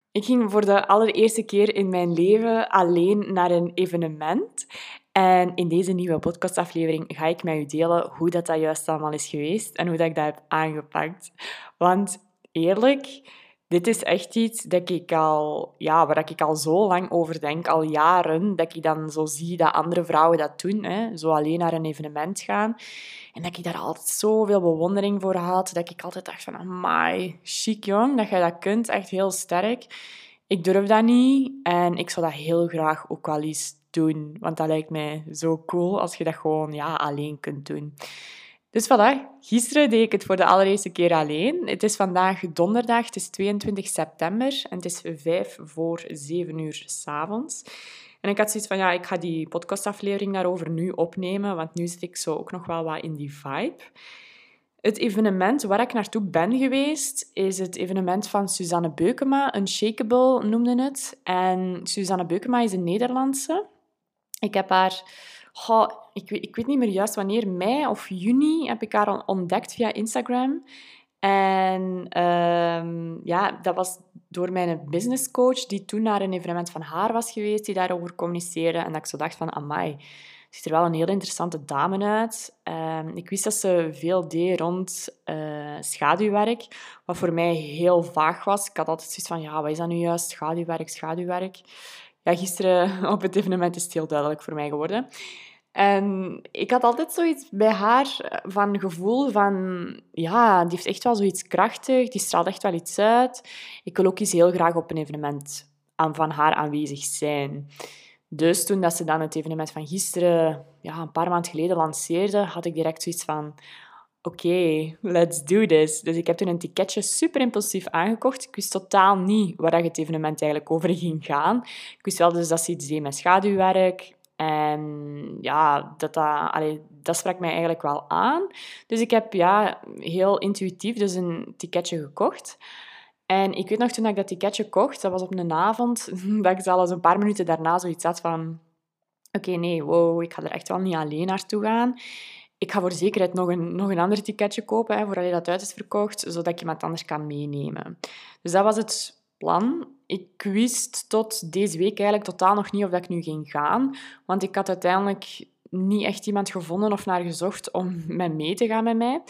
Ik ging voor de allereerste keer in mijn leven alleen naar een evenement. En in deze nieuwe podcastaflevering ga ik met u delen hoe dat juist allemaal is geweest en hoe dat ik dat heb aangepakt. Want eerlijk, dit is echt iets dat ik waar ik al zo lang over denk, al jaren, dat ik dan zo zie dat andere vrouwen dat doen, hè, zo alleen naar een evenement gaan. En dat ik daar altijd zoveel bewondering voor had, dat ik altijd dacht van, amai, chic jong, dat jij dat kunt, echt heel sterk. Ik durf dat niet en ik zou dat heel graag ook wel eens doen, want dat lijkt mij zo cool als je dat gewoon alleen kunt doen. Dus voilà, gisteren deed ik het voor de allereerste keer alleen. Het is vandaag donderdag, het is 22 september en het is 6:55 s'avonds. En ik had zoiets van, ik ga die podcastaflevering daarover nu opnemen, want nu zit ik zo ook nog wel wat in die vibe. Het evenement waar ik naartoe ben geweest, is het evenement van Suzanne Beukema. Unshakeable noemde het. En Suzanne Beukema is een Nederlandse. Ik heb haar... ik weet niet meer juist wanneer, mei of juni, heb ik haar ontdekt via Instagram. En dat was door mijn businesscoach, die toen naar een evenement van haar was geweest, die daarover communiceerde. En dat ik zo dacht van, amai, ziet er wel een heel interessante dame uit. Ik wist dat ze veel deed rond schaduwwerk, wat voor mij heel vaag was. Ik had altijd zoiets van, wat is dat nu juist? Schaduwwerk. Ja, gisteren op het evenement is het heel duidelijk voor mij geworden. En ik had altijd zoiets bij haar van gevoel van... Ja, die heeft echt wel zoiets krachtig. Die straalt echt wel iets uit. Ik wil ook eens heel graag op een evenement van haar aanwezig zijn. Dus toen dat ze dan het evenement van gisteren, een paar maanden geleden, lanceerde, had ik direct zoiets van... Oké, let's do this. Dus ik heb toen een ticketje super impulsief aangekocht. Ik wist totaal niet waar het evenement eigenlijk over ging gaan. Ik wist wel dus dat ze iets deed met schaduwwerk. En dat sprak mij eigenlijk wel aan. Dus ik heb heel intuïtief dus een ticketje gekocht. En ik weet nog, toen ik dat ticketje kocht, dat was op een avond, dat ik zelfs een paar minuten daarna zoiets had van... Oké, nee, wow, ik ga er echt wel niet alleen naartoe gaan. Ik ga voor zekerheid nog een ander ticketje kopen, voordat dat uit is verkocht, zodat ik iemand anders kan meenemen. Dus dat was het plan. Ik wist tot deze week eigenlijk totaal nog niet of dat ik nu ging gaan, want ik had uiteindelijk niet echt iemand gevonden of naar gezocht om met mee te gaan met mij.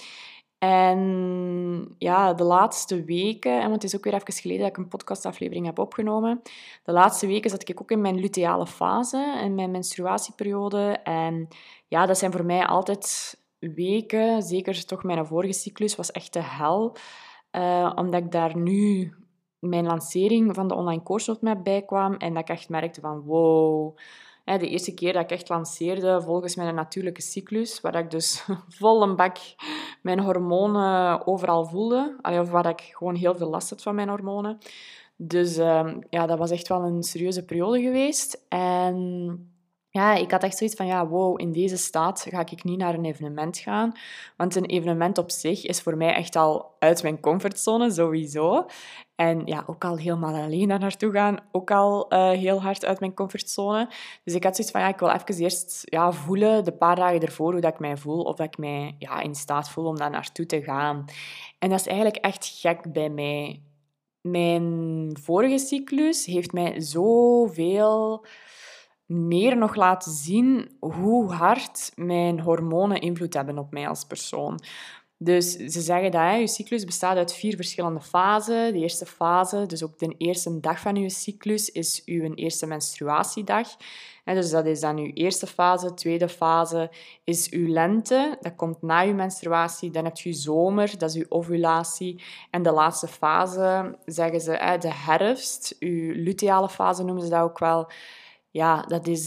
En de laatste weken, want het is ook weer even geleden dat ik een podcastaflevering heb opgenomen, de laatste weken zat ik ook in mijn luteale fase, in mijn menstruatieperiode. En dat zijn voor mij altijd weken, zeker toch mijn vorige cyclus, was echt de hel. Omdat ik daar nu mijn lancering van de online course roadmap bij kwam en dat ik echt merkte van wow... De eerste keer dat ik echt lanceerde volgens mijn natuurlijke cyclus, waar ik dus vol een bak mijn hormonen overal voelde. Of waar ik gewoon heel veel last had van mijn hormonen. Dus dat was echt wel een serieuze periode geweest. En ik had echt zoiets van, wow, in deze staat ga ik niet naar een evenement gaan. Want een evenement op zich is voor mij echt al uit mijn comfortzone, sowieso. En ook al helemaal alleen daar naartoe gaan, ook al heel hard uit mijn comfortzone. Dus ik had zoiets van, ik wil even eerst voelen, de paar dagen ervoor, hoe dat ik mij voel. Of dat ik mij in staat voel om daar naartoe te gaan. En dat is eigenlijk echt gek bij mij. Mijn vorige cyclus heeft mij zoveel meer nog laten zien hoe hard mijn hormonen invloed hebben op mij als persoon. Dus ze zeggen dat je cyclus bestaat uit 4 verschillende fasen. De eerste fase, dus ook de eerste dag van je cyclus, is uw eerste menstruatiedag. Dus dat is dan uw eerste fase. Tweede fase is uw lente. Dat komt na uw menstruatie. Dan heb je zomer, dat is uw ovulatie. En de laatste fase, zeggen ze, de herfst. Uw luteale fase noemen ze dat ook wel. Ja,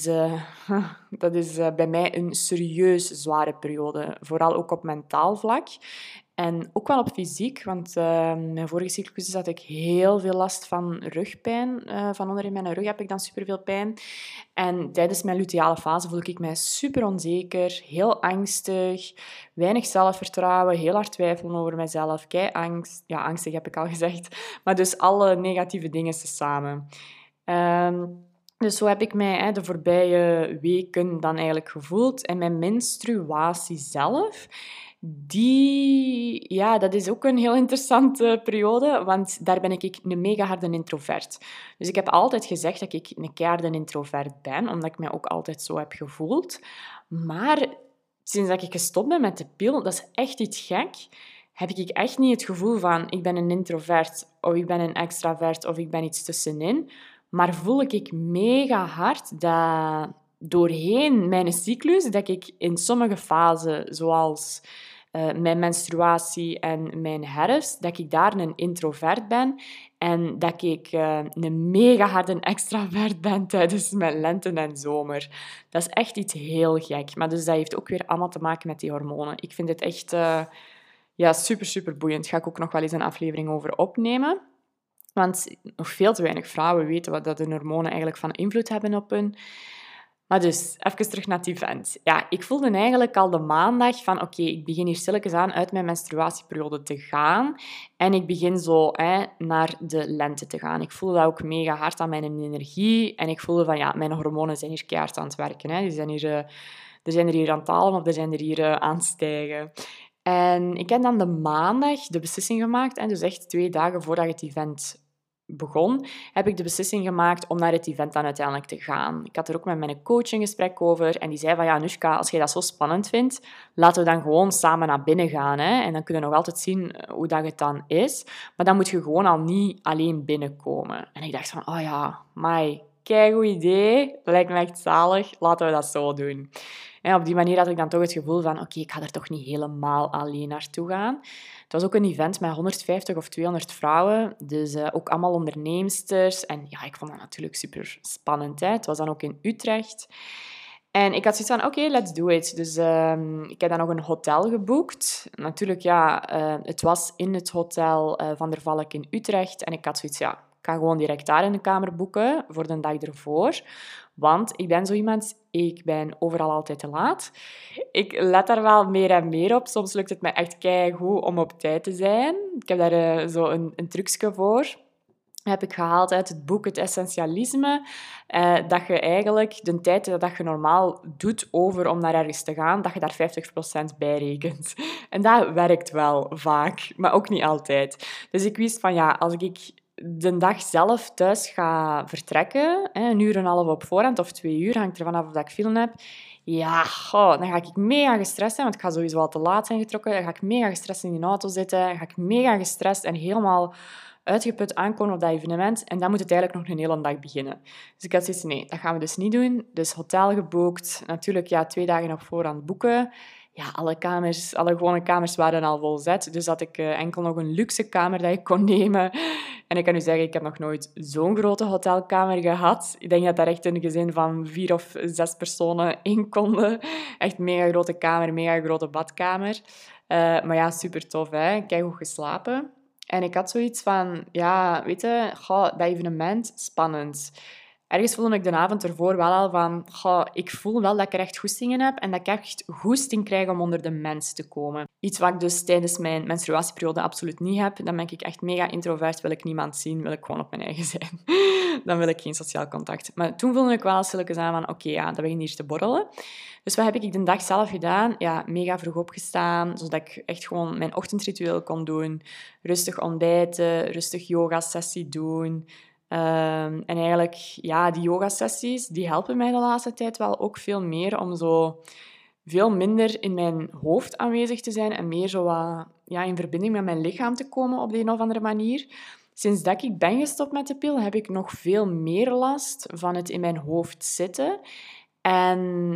dat is bij mij een serieus zware periode. Vooral ook op mentaal vlak. En ook wel op fysiek, want mijn vorige cyclus had ik heel veel last van rugpijn. Van onder in mijn rug heb ik dan superveel pijn. En tijdens mijn luteale fase voel ik mij super onzeker, heel angstig, weinig zelfvertrouwen, heel hard twijfelen over mezelf, angst. Ja, angstig heb ik al gezegd. Maar dus alle negatieve dingen samen. Dus zo heb ik mij de voorbije weken dan eigenlijk gevoeld. En mijn menstruatie zelf, Dat is ook een heel interessante periode, want daar ben ik een mega harde introvert. Dus ik heb altijd gezegd dat ik een keiharde introvert ben, omdat ik mij ook altijd zo heb gevoeld. Maar sinds dat ik gestopt ben met de pil, dat is echt iets gek, heb ik echt niet het gevoel van ik ben een introvert of ik ben een extravert of ik ben iets tussenin. Maar voel ik mega hard dat doorheen mijn cyclus, dat ik in sommige fasen, zoals mijn menstruatie en mijn herfst, dat ik daar een introvert ben en dat ik een mega harde extravert ben tijdens mijn lente en zomer. Dat is echt iets heel gek. Maar dus dat heeft ook weer allemaal te maken met die hormonen. Ik vind het echt super, super boeiend. Daar ga ik ook nog wel eens een aflevering over opnemen. Want nog veel te weinig vrouwen weten wat dat de hormonen eigenlijk van invloed hebben op hun. Maar dus, even terug naar het event. Ja, ik voelde eigenlijk al de maandag van oké, ik begin hier stilletjes aan uit mijn menstruatieperiode te gaan. En ik begin zo naar de lente te gaan. Ik voelde dat ook mega hard aan mijn energie. En ik voelde van ja, mijn hormonen zijn hier keihard aan het werken. Hè. Die zijn hier, er zijn er hier aan het dalen of er zijn er hier aan het stijgen. En ik heb dan de maandag de beslissing gemaakt, dus echt 2 dagen voordat het event begon, heb ik de beslissing gemaakt om naar het event dan uiteindelijk te gaan. Ik had er ook met mijn coach een gesprek over en die zei van ja, Anushka, als je dat zo spannend vindt, laten we dan gewoon samen naar binnen gaan. Hè? En dan kun je nog altijd zien hoe dat het dan is. Maar dan moet je gewoon al niet alleen binnenkomen. En ik dacht van, oh ja, keigoed idee. Dat lijkt me echt zalig. Laten we dat zo doen. En op die manier had ik dan toch het gevoel van oké, ik ga er toch niet helemaal alleen naartoe gaan. Het was ook een event met 150 of 200 vrouwen, dus ook allemaal onderneemsters. En ja, ik vond dat natuurlijk super spannend. Hè. Het was dan ook in Utrecht. En ik had zoiets van, oké, let's do it. Dus ik heb dan nog een hotel geboekt. Natuurlijk, ja, het was in het hotel Van der Valk in Utrecht. En ik had zoiets, ja, ik ga gewoon direct daar in de kamer boeken voor de dag ervoor. Want ik ben zo iemand, ik ben overal altijd te laat. Ik let daar wel meer en meer op. Soms lukt het me echt keigoed om op tijd te zijn. Ik heb daar zo een trucje voor. Heb ik gehaald uit het boek Het Essentialisme. Dat je eigenlijk de tijd dat je normaal doet over om naar ergens te gaan, dat je daar 50% bij rekent. En dat werkt wel vaak, maar ook niet altijd. Dus ik wist van ja, als ik de dag zelf thuis ga vertrekken, 1,5 uur op voorhand of 2 uur, hangt er vanaf of ik film heb, ja, dan ga ik mega gestrest zijn, want ik ga sowieso al te laat zijn getrokken. Dan ga ik mega gestrest in die auto zitten. Dan ga ik mega gestrest en helemaal uitgeput aankomen op dat evenement. En dan moet het eigenlijk nog een hele dag beginnen. Dus ik had zoiets, nee, dat gaan we dus niet doen. Dus hotel geboekt. Natuurlijk, ja, 2 dagen op voorhand boeken. Ja, alle gewone kamers waren al vol zet. Dus had ik enkel nog een luxe kamer dat ik kon nemen. En ik kan u zeggen, ik heb nog nooit zo'n grote hotelkamer gehad. Ik denk dat daar echt een gezin van 4 of 6 personen in konden. Echt mega grote kamer, mega grote badkamer. Maar ja, super tof, hè. Ik heb goed geslapen. En ik had zoiets van, ja, weet je, dat evenement, spannend. Ergens voelde ik de avond ervoor wel al van, ik voel wel dat ik er echt goesting in heb en dat ik echt goesting krijg om onder de mensen te komen. Iets wat ik dus tijdens mijn menstruatieperiode absoluut niet heb. Dan ben ik echt mega introvert, wil ik niemand zien, wil ik gewoon op mijn eigen zijn. Dan wil ik geen sociaal contact. Maar toen voelde ik wel stilletjes aan van, oké, ja, dat begint hier te borrelen. Dus wat heb ik de dag zelf gedaan? Ja, mega vroeg opgestaan, zodat ik echt gewoon mijn ochtendritueel kon doen. Rustig ontbijten, rustig yoga-sessie doen. En eigenlijk, ja, die yogasessies, die helpen mij de laatste tijd wel ook veel meer om zo veel minder in mijn hoofd aanwezig te zijn en meer zo wat, ja, in verbinding met mijn lichaam te komen op de een of andere manier. Sinds dat ik ben gestopt met de pil, heb ik nog veel meer last van het in mijn hoofd zitten. En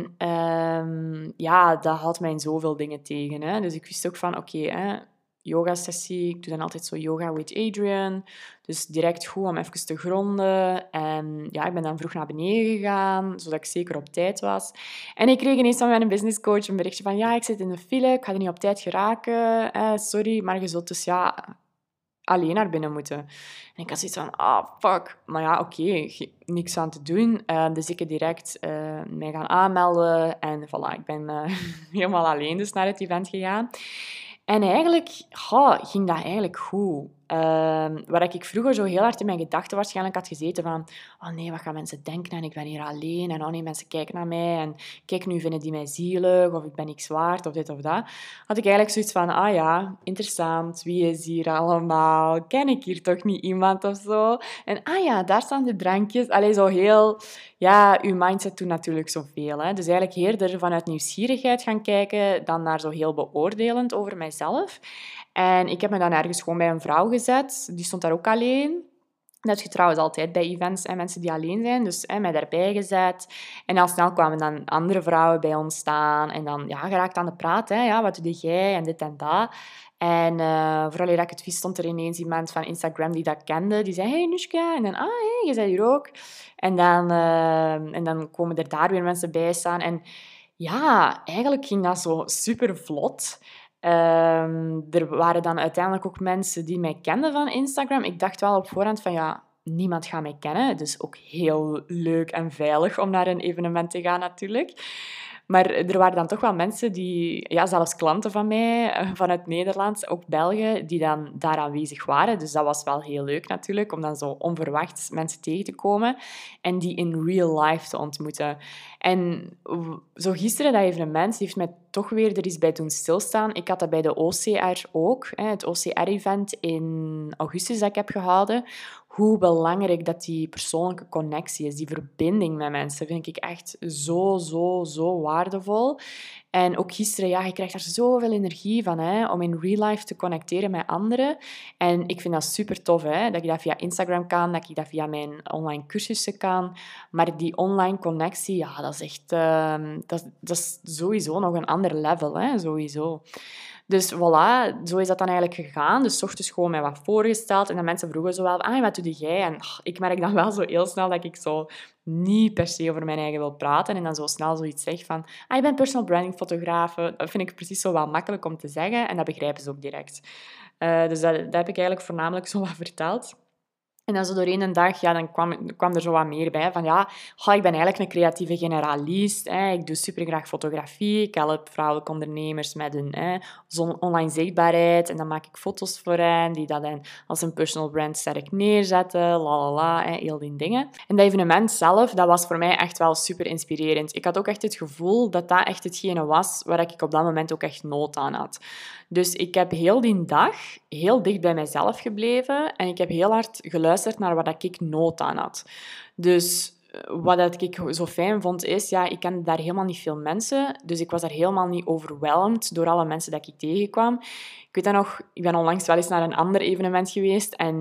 ja, dat houdt mij in zoveel dingen tegen. Hè. Dus ik wist ook van, oké, yoga-sessie. Ik doe dan altijd zo yoga with Adrian. Dus direct goed om even te gronden. En ja, ik ben dan vroeg naar beneden gegaan, zodat ik zeker op tijd was. En ik kreeg ineens van mijn businesscoach een berichtje van ja, ik zit in de file, ik ga er niet op tijd geraken. Sorry, maar je zult dus ja alleen naar binnen moeten. En ik had zoiets van, fuck. Maar ja, oké, niks aan te doen. Dus ik heb direct mij gaan aanmelden. En voilà, ik ben helemaal alleen dus naar het event gegaan. En eigenlijk ging dat eigenlijk goed. Waar ik vroeger zo heel hard in mijn gedachten waarschijnlijk had gezeten van oh nee, wat gaan mensen denken en ik ben hier alleen en oh nee, mensen kijken naar mij en kijk, nu vinden die mij zielig of ik ben niks waard of dit of dat. Had ik eigenlijk zoiets van, ah ja, interessant, wie is hier allemaal? Ken ik hier toch niet iemand of zo? En ah ja, daar staan de drankjes. Allee, zo heel... Ja, uw mindset doet natuurlijk zoveel. Hè? Dus eigenlijk eerder vanuit nieuwsgierigheid gaan kijken dan naar zo heel beoordelend over mijzelf. En ik heb me dan ergens gewoon bij een vrouw gezet. Die stond daar ook alleen. Dat heb je trouwens altijd bij events en mensen die alleen zijn. Dus mij daarbij gezet. En al snel kwamen dan andere vrouwen bij ons staan. En dan geraakt aan de praat. Hè. Ja, wat doe jij? En dit en dat. En vooral dat ik het wist, stond er ineens iemand van Instagram die dat kende. Die zei, hey Nushka. En dan, hey, je bent hier ook. En dan komen er daar weer mensen bij staan. En ja, eigenlijk ging dat zo super vlot. Er waren dan uiteindelijk ook mensen die mij kenden van Instagram. Ik dacht wel op voorhand van ja, niemand gaat mij kennen. Dus ook heel leuk en veilig om naar een evenement te gaan natuurlijk. Maar er waren dan toch wel mensen die, ja, zelfs klanten van mij, vanuit Nederland, ook België, die dan daar aanwezig waren. Dus dat was wel heel leuk natuurlijk, om dan zo onverwachts mensen tegen te komen en die in real life te ontmoeten. En zo gisteren, dat evenement, heeft mij toch weer er eens bij doen stilstaan. Ik had dat bij de OCR ook, het OCR-event in augustus dat ik heb gehouden. Hoe belangrijk dat die persoonlijke connectie is, die verbinding met mensen, vind ik echt zo waardevol. En ook gisteren, ja, je krijgt daar zoveel energie van, om in real life te connecteren met anderen. En ik vind dat super tof, dat ik dat via Instagram kan, dat ik dat via mijn online cursussen kan. Maar die online connectie, ja, dat is echt... dat is sowieso nog een ander level, sowieso. Dus voilà, zo is dat dan eigenlijk gegaan. Dus 's ochtends gewoon mij wat voorgesteld. En dan mensen vroegen zo wel, wat doe jij? En ik merk dan wel zo heel snel dat ik zo niet per se over mijn eigen wil praten. En dan zo snel zoiets zeg van, je bent personal branding fotograaf. Dat vind ik precies zo wel makkelijk om te zeggen. En dat begrijpen ze ook direct. Dus dat heb ik eigenlijk voornamelijk zo wat verteld. En dan zo doorheen een dag, ja, dan kwam er zo wat meer bij. Van ja, ik ben eigenlijk een creatieve generalist. Ik doe supergraag fotografie. Ik help vrouwelijke ondernemers met hun online zichtbaarheid. En dan maak ik foto's voor hen, die dat dan als een personal brand sterk neerzetten. Heel die dingen. En dat evenement zelf, dat was voor mij echt wel super inspirerend. Ik had ook echt het gevoel dat dat echt hetgene was waar ik op dat moment ook echt nood aan had. Dus ik heb heel die dag heel dicht bij mezelf gebleven en ik heb heel hard geluisterd naar wat ik nood aan had. Dus wat ik zo fijn vond is, ja, ik kende daar helemaal niet veel mensen, dus ik was daar helemaal niet overweldigd door alle mensen dat ik tegenkwam. Ik weet dat nog, ik ben onlangs wel eens naar een ander evenement geweest en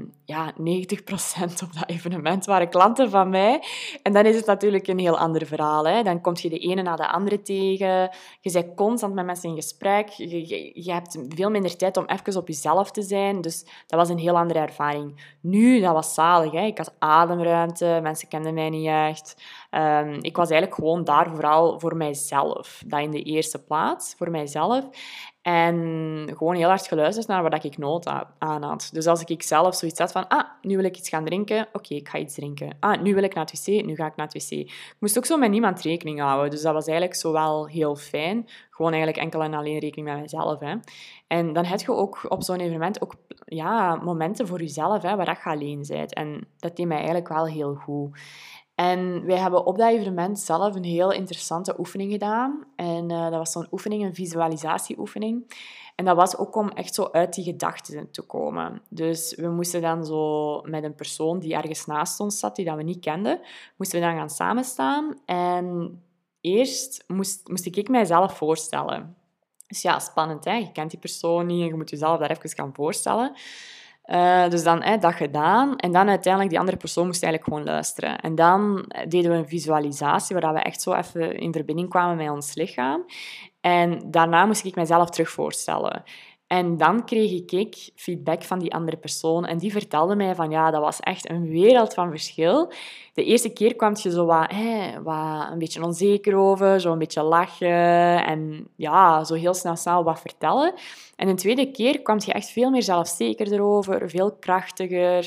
90% op dat evenement waren klanten van mij. En dan is het natuurlijk een heel ander verhaal. Hè. Dan kom je de ene na de andere tegen. Je bent constant met mensen in gesprek. Je hebt veel minder tijd om even op jezelf te zijn. Dus dat was een heel andere ervaring. Nu, dat was zalig. Hè. Ik had ademruimte. Mensen kenden mij niet echt. Ik was eigenlijk gewoon daar vooral voor mijzelf. Dat in de eerste plaats, voor mijzelf. En gewoon heel hard geluisterd naar wat ik nood aan had. Dus als ik zelf zoiets had van, nu wil ik iets gaan drinken, oké, ik ga iets drinken. Nu wil ik naar het wc, nu ga ik naar het wc. Ik moest ook zo met niemand rekening houden. Dus dat was eigenlijk zo wel heel fijn. Gewoon eigenlijk enkel en alleen rekening met mezelf. Hè. En dan heb je ook op zo'n evenement ook, momenten voor jezelf, waar je alleen bent. En dat deed mij eigenlijk wel heel goed. En wij hebben op dat evenement zelf een heel interessante oefening gedaan. En dat was zo'n oefening, een visualisatieoefening. En dat was ook om echt zo uit die gedachten te komen. Dus we moesten dan zo met een persoon die ergens naast ons zat, die dat we niet kenden, moesten we dan gaan samenstaan. En eerst moest ik mijzelf voorstellen. Dus ja, spannend, hè? Je kent die persoon niet en je moet jezelf daar even gaan voorstellen. Dus dan dat gedaan. En dan uiteindelijk, die andere persoon moest eigenlijk gewoon luisteren. En dan deden we een visualisatie, waar we echt zo even in verbinding kwamen met ons lichaam. En daarna moest ik mezelf terug voorstellen. En dan kreeg ik feedback van die andere persoon. En die vertelde mij van, ja, dat was echt een wereld van verschil. De eerste keer kwam je zo wat een beetje onzeker over, zo een beetje lachen. En ja, zo heel snel wat vertellen. En de tweede keer kwam je echt veel meer zelfzeker erover, veel krachtiger.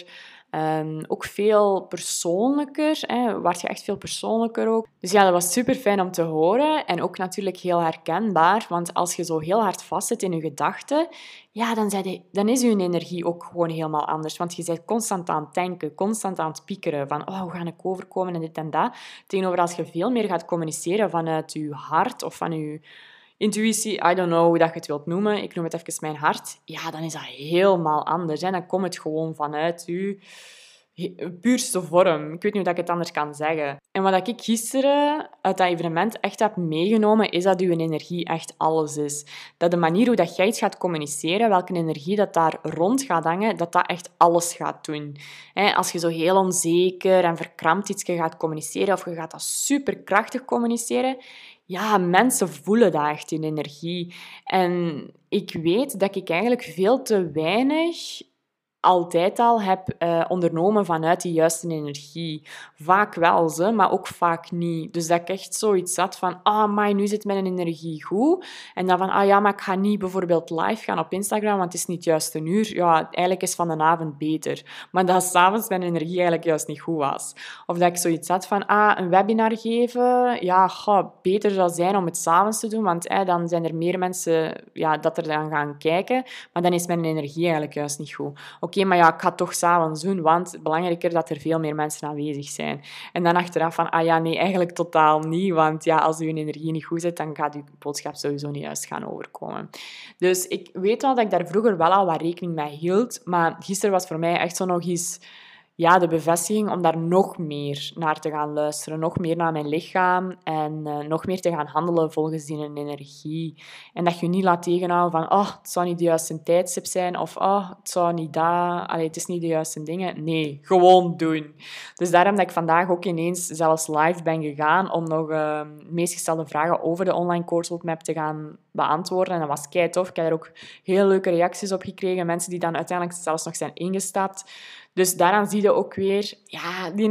Ook veel persoonlijker. Werd je echt veel persoonlijker ook. Dus ja, dat was super fijn om te horen. En ook natuurlijk heel herkenbaar. Want als je zo heel hard vastzit in je gedachten, ja, dan is je energie ook gewoon helemaal anders. Want je bent constant aan het denken, constant aan het piekeren. Van, oh, hoe ga ik overkomen en dit en dat. Tegenover als je veel meer gaat communiceren vanuit je hart of van je intuïtie, I don't know hoe dat je het wilt noemen. Ik noem het even mijn hart. Ja, dan is dat helemaal anders. Hè. Dan komt het gewoon vanuit je puurste vorm. Ik weet niet hoe ik het anders kan zeggen. En wat ik gisteren uit dat evenement echt heb meegenomen, is dat je energie echt alles is. Dat de manier hoe dat jij iets gaat communiceren, welke energie dat daar rond gaat hangen, dat dat echt alles gaat doen. Als je zo heel onzeker en verkrampt iets gaat communiceren, of je gaat dat superkrachtig communiceren, ja, mensen voelen dat echt in energie. En ik weet dat ik eigenlijk veel te weinig altijd al heb ondernomen vanuit die juiste energie. Vaak wel, maar ook vaak niet. Dus dat ik echt zoiets had van, maar nu zit mijn energie goed. En dan van, ja, maar ik ga niet bijvoorbeeld live gaan op Instagram, want het is niet het juiste uur. Ja, eigenlijk is van de avond beter. Maar dat 's avonds mijn energie eigenlijk juist niet goed was. Of dat ik zoiets had van, een webinar geven, ja, beter zou zijn om het 's avonds te doen, want dan zijn er meer mensen dat er dan gaan kijken. Maar dan is mijn energie eigenlijk juist niet goed. Oké, maar ja, ik ga het toch 's avonds doen, want belangrijker dat er veel meer mensen aanwezig zijn. En dan achteraf van, nee, eigenlijk totaal niet, want ja, als je energie niet goed zit, dan gaat je boodschap sowieso niet juist gaan overkomen. Dus ik weet wel dat ik daar vroeger wel al wat rekening mee hield, maar gisteren was voor mij echt zo nog eens de bevestiging om daar nog meer naar te gaan luisteren, nog meer naar mijn lichaam en nog meer te gaan handelen volgens die energie. En dat je je niet laat tegenhouden van, het zou niet de juiste tijdstip zijn of het zou niet dat, het is niet de juiste dingen. Nee, gewoon doen. Dus daarom dat ik vandaag ook ineens zelfs live ben gegaan om nog de meest gestelde vragen over de online course roadmap te gaan beantwoorden. En dat was keitof. Ik heb er ook heel leuke reacties op gekregen. Mensen die dan uiteindelijk zelfs nog zijn ingestapt. Dus daaraan zie je ook weer, die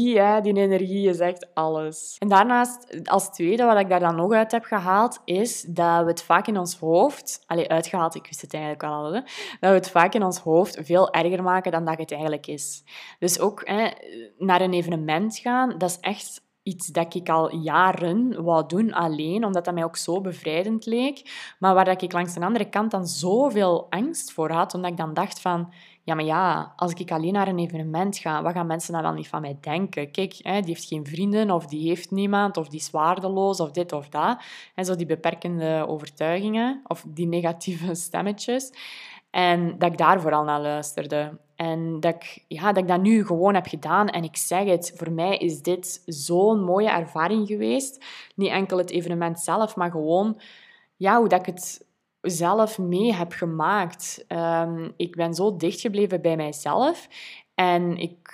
energie is echt alles. En daarnaast, als tweede, wat ik daar dan nog uit heb gehaald, is dat we het vaak in ons hoofd, uitgehaald, ik wist het eigenlijk al, dat we het vaak in ons hoofd veel erger maken dan dat het eigenlijk is. Dus ook naar een evenement gaan, dat is echt iets dat ik al jaren wou doen alleen, omdat dat mij ook zo bevrijdend leek. Maar waar dat ik langs de andere kant dan zoveel angst voor had, omdat ik dan dacht van, als ik alleen naar een evenement ga, wat gaan mensen dan wel niet van mij denken? Kijk, die heeft geen vrienden, of die heeft niemand, of die is waardeloos, of dit of dat. En zo die beperkende overtuigingen, of die negatieve stemmetjes. En dat ik daar vooral naar luisterde. En dat ik dat nu gewoon heb gedaan. En ik zeg het, voor mij is dit zo'n mooie ervaring geweest. Niet enkel het evenement zelf, maar gewoon hoe dat ik het zelf mee heb gemaakt. Ik ben zo dichtgebleven bij mijzelf. En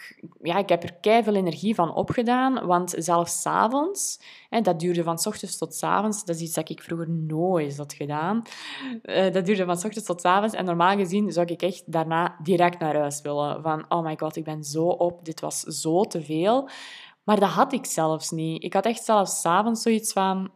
ik heb er keiveel energie van opgedaan, want zelfs 's avonds, dat duurde van 's ochtends tot 's avonds, dat is iets dat ik vroeger nooit had gedaan. Dat duurde van 's ochtends tot 's avonds en normaal gezien zou ik echt daarna direct naar huis willen. Van, oh my god, ik ben zo op, dit was zo te veel. Maar dat had ik zelfs niet. Ik had echt zelfs 's avonds zoiets van,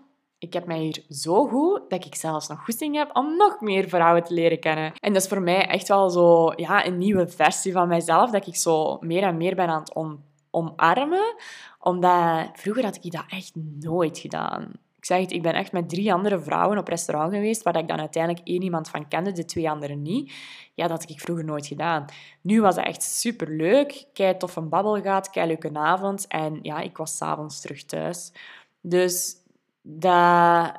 ik heb mij hier zo goed dat ik zelfs nog goesting heb om nog meer vrouwen te leren kennen. En dat is voor mij echt wel zo, een nieuwe versie van mijzelf, dat ik zo meer en meer ben aan het omarmen. Omdat vroeger had ik dat echt nooit gedaan. Ik zeg het, ik ben echt met 3 andere vrouwen op restaurant geweest, waar ik dan uiteindelijk 1 iemand van kende, de 2 anderen niet. Ja, dat had ik vroeger nooit gedaan. Nu was het echt superleuk. Kei tof een babbel gehad, kei leuke avond. En ik was 's avonds terug thuis. Dus dat,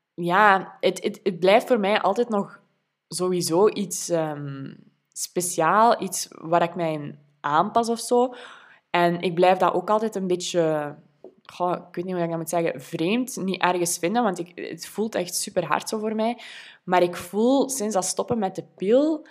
het blijft voor mij altijd nog sowieso iets speciaal, iets waar ik mij in aanpas of zo. En ik blijf dat ook altijd een beetje, ik weet niet hoe ik dat moet zeggen, vreemd, niet ergens vinden, want het voelt echt super hard zo voor mij. Maar ik voel sinds dat stoppen met de pil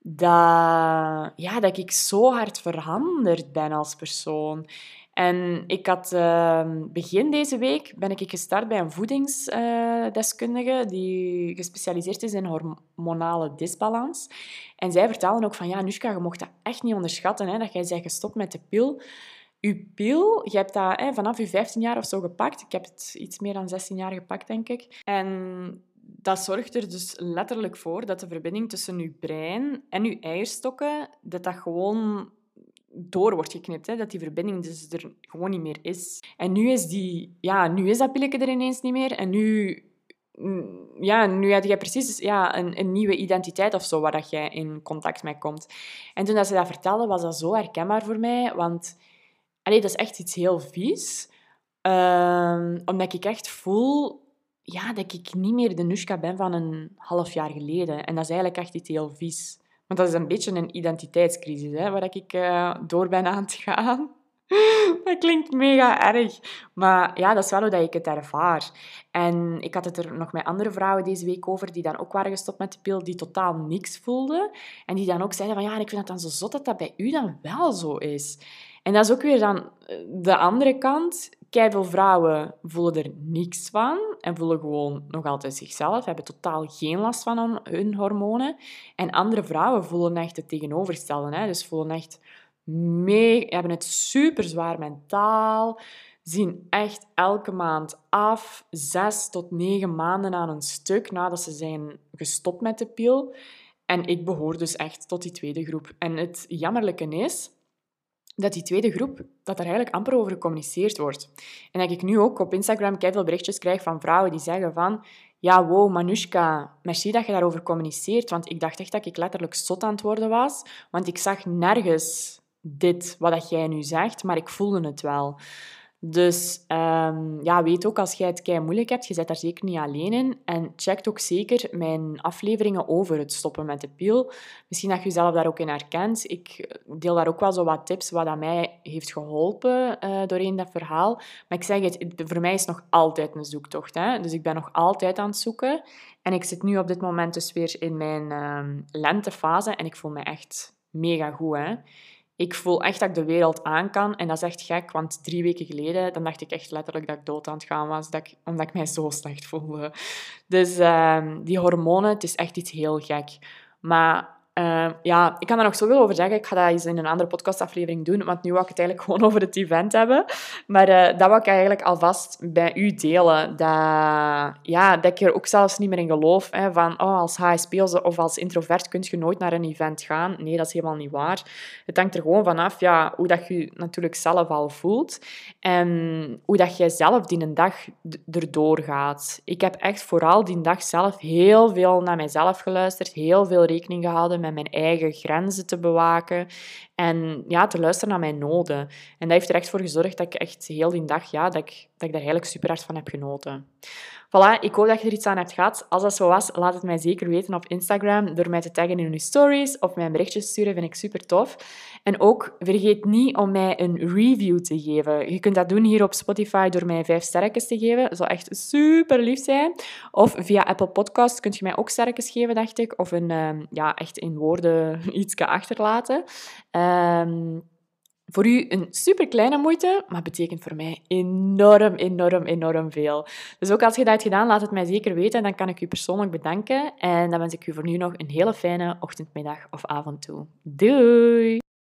dat ik zo hard veranderd ben als persoon. En ik had begin deze week ben ik gestart bij een voedingsdeskundige die gespecialiseerd is in hormonale disbalans. En zij vertelde ook van, Anushka, je mocht dat echt niet onderschatten, hè, dat jij bent gestopt met de pil. Je pil, je hebt dat vanaf je 15 jaar of zo gepakt. Ik heb het iets meer dan 16 jaar gepakt, denk ik. En dat zorgt er dus letterlijk voor dat de verbinding tussen je brein en je eierstokken, dat gewoon door wordt geknipt. Hè? Dat die verbinding dus er gewoon niet meer is. En nu is dat pilletje er ineens niet meer. En nu heb jij precies een nieuwe identiteit of zo, waar dat jij in contact mee komt. En toen dat ze dat vertelde, was dat zo herkenbaar voor mij. Want dat is echt iets heel vies. Omdat ik echt voel dat ik niet meer de Nushka ben van een half jaar geleden. En dat is eigenlijk echt iets heel vies. Want dat is een beetje een identiteitscrisis, hè, waar ik door ben aan het gaan. Dat klinkt mega erg. Maar ja, dat is wel hoe dat ik het ervaar. En ik had het er nog met andere vrouwen deze week over, die dan ook waren gestopt met de pil, die totaal niks voelden. En die dan ook zeiden van, ik vind het dan zo zot dat dat bij u dan wel zo is. En dat is ook weer dan de andere kant. Keiveel vrouwen voelen er niks van en voelen gewoon nog altijd zichzelf, hebben totaal geen last van hun hormonen. En andere vrouwen voelen echt het tegenovergestelde. Hè? Dus voelen echt hebben het super zwaar mentaal, zien echt elke maand af, 6 tot 9 maanden aan een stuk nadat ze zijn gestopt met de pil. En ik behoor dus echt tot die tweede groep. En het jammerlijke is dat die tweede groep, dat er eigenlijk amper over gecommuniceerd wordt. En dat ik nu ook op Instagram veel berichtjes krijg van vrouwen die zeggen van ja, wow, Manushka, merci dat je daarover communiceert, want ik dacht echt dat ik letterlijk zot aan het worden was, want ik zag nergens wat dat jij nu zegt, maar ik voelde het wel. Dus weet ook, als jij het kei moeilijk hebt, je bent daar zeker niet alleen in. En check ook zeker mijn afleveringen over het stoppen met de pil. Misschien dat je jezelf daar ook in herkent. Ik deel daar ook wel zo wat tips wat dat mij heeft geholpen doorheen dat verhaal. Maar ik zeg het, voor mij is het nog altijd een zoektocht. Hè? Dus ik ben nog altijd aan het zoeken. En ik zit nu op dit moment dus weer in mijn lentefase en ik voel me echt mega goed, hè. Ik voel echt dat ik de wereld aan kan. En dat is echt gek, want 3 weken geleden dan dacht ik echt letterlijk dat ik dood aan het gaan was, omdat ik mij zo slecht voelde. Dus die hormonen, het is echt iets heel gek. Maar ik kan daar nog zoveel over zeggen. Ik ga dat eens in een andere podcastaflevering doen, want nu wil ik het eigenlijk gewoon over het event hebben. Maar dat wil ik eigenlijk alvast bij u delen. Dat ik er ook zelfs niet meer in geloof. Hè, van als HSP of als introvert kun je nooit naar een event gaan. Nee, dat is helemaal niet waar. Het hangt er gewoon vanaf hoe dat je natuurlijk zelf al voelt. En hoe dat jij zelf die een dag erdoor gaat. Ik heb echt vooral die dag zelf heel veel naar mijzelf geluisterd. Heel veel rekening gehouden met mijn eigen grenzen te bewaken. En te luisteren naar mijn noden. En dat heeft er echt voor gezorgd dat ik echt heel die dag, dat ik daar eigenlijk super hard van heb genoten. Voilà, ik hoop dat je er iets aan hebt gehad. Als dat zo was, laat het mij zeker weten op Instagram door mij te taggen in je stories of mij een berichtje te sturen, vind ik super tof. En ook, vergeet niet om mij een review te geven. Je kunt dat doen hier op Spotify door mij 5 sterretjes te geven. Dat zou echt super lief zijn. Of via Apple Podcasts kun je mij ook sterretjes geven, dacht ik. Of echt in woorden iets achterlaten. Voor u een super kleine moeite, maar betekent voor mij enorm, enorm, enorm veel. Dus ook als je dat hebt gedaan, laat het mij zeker weten. Dan kan ik u persoonlijk bedanken. En dan wens ik u voor nu nog een hele fijne ochtend, middag of avond toe. Doei!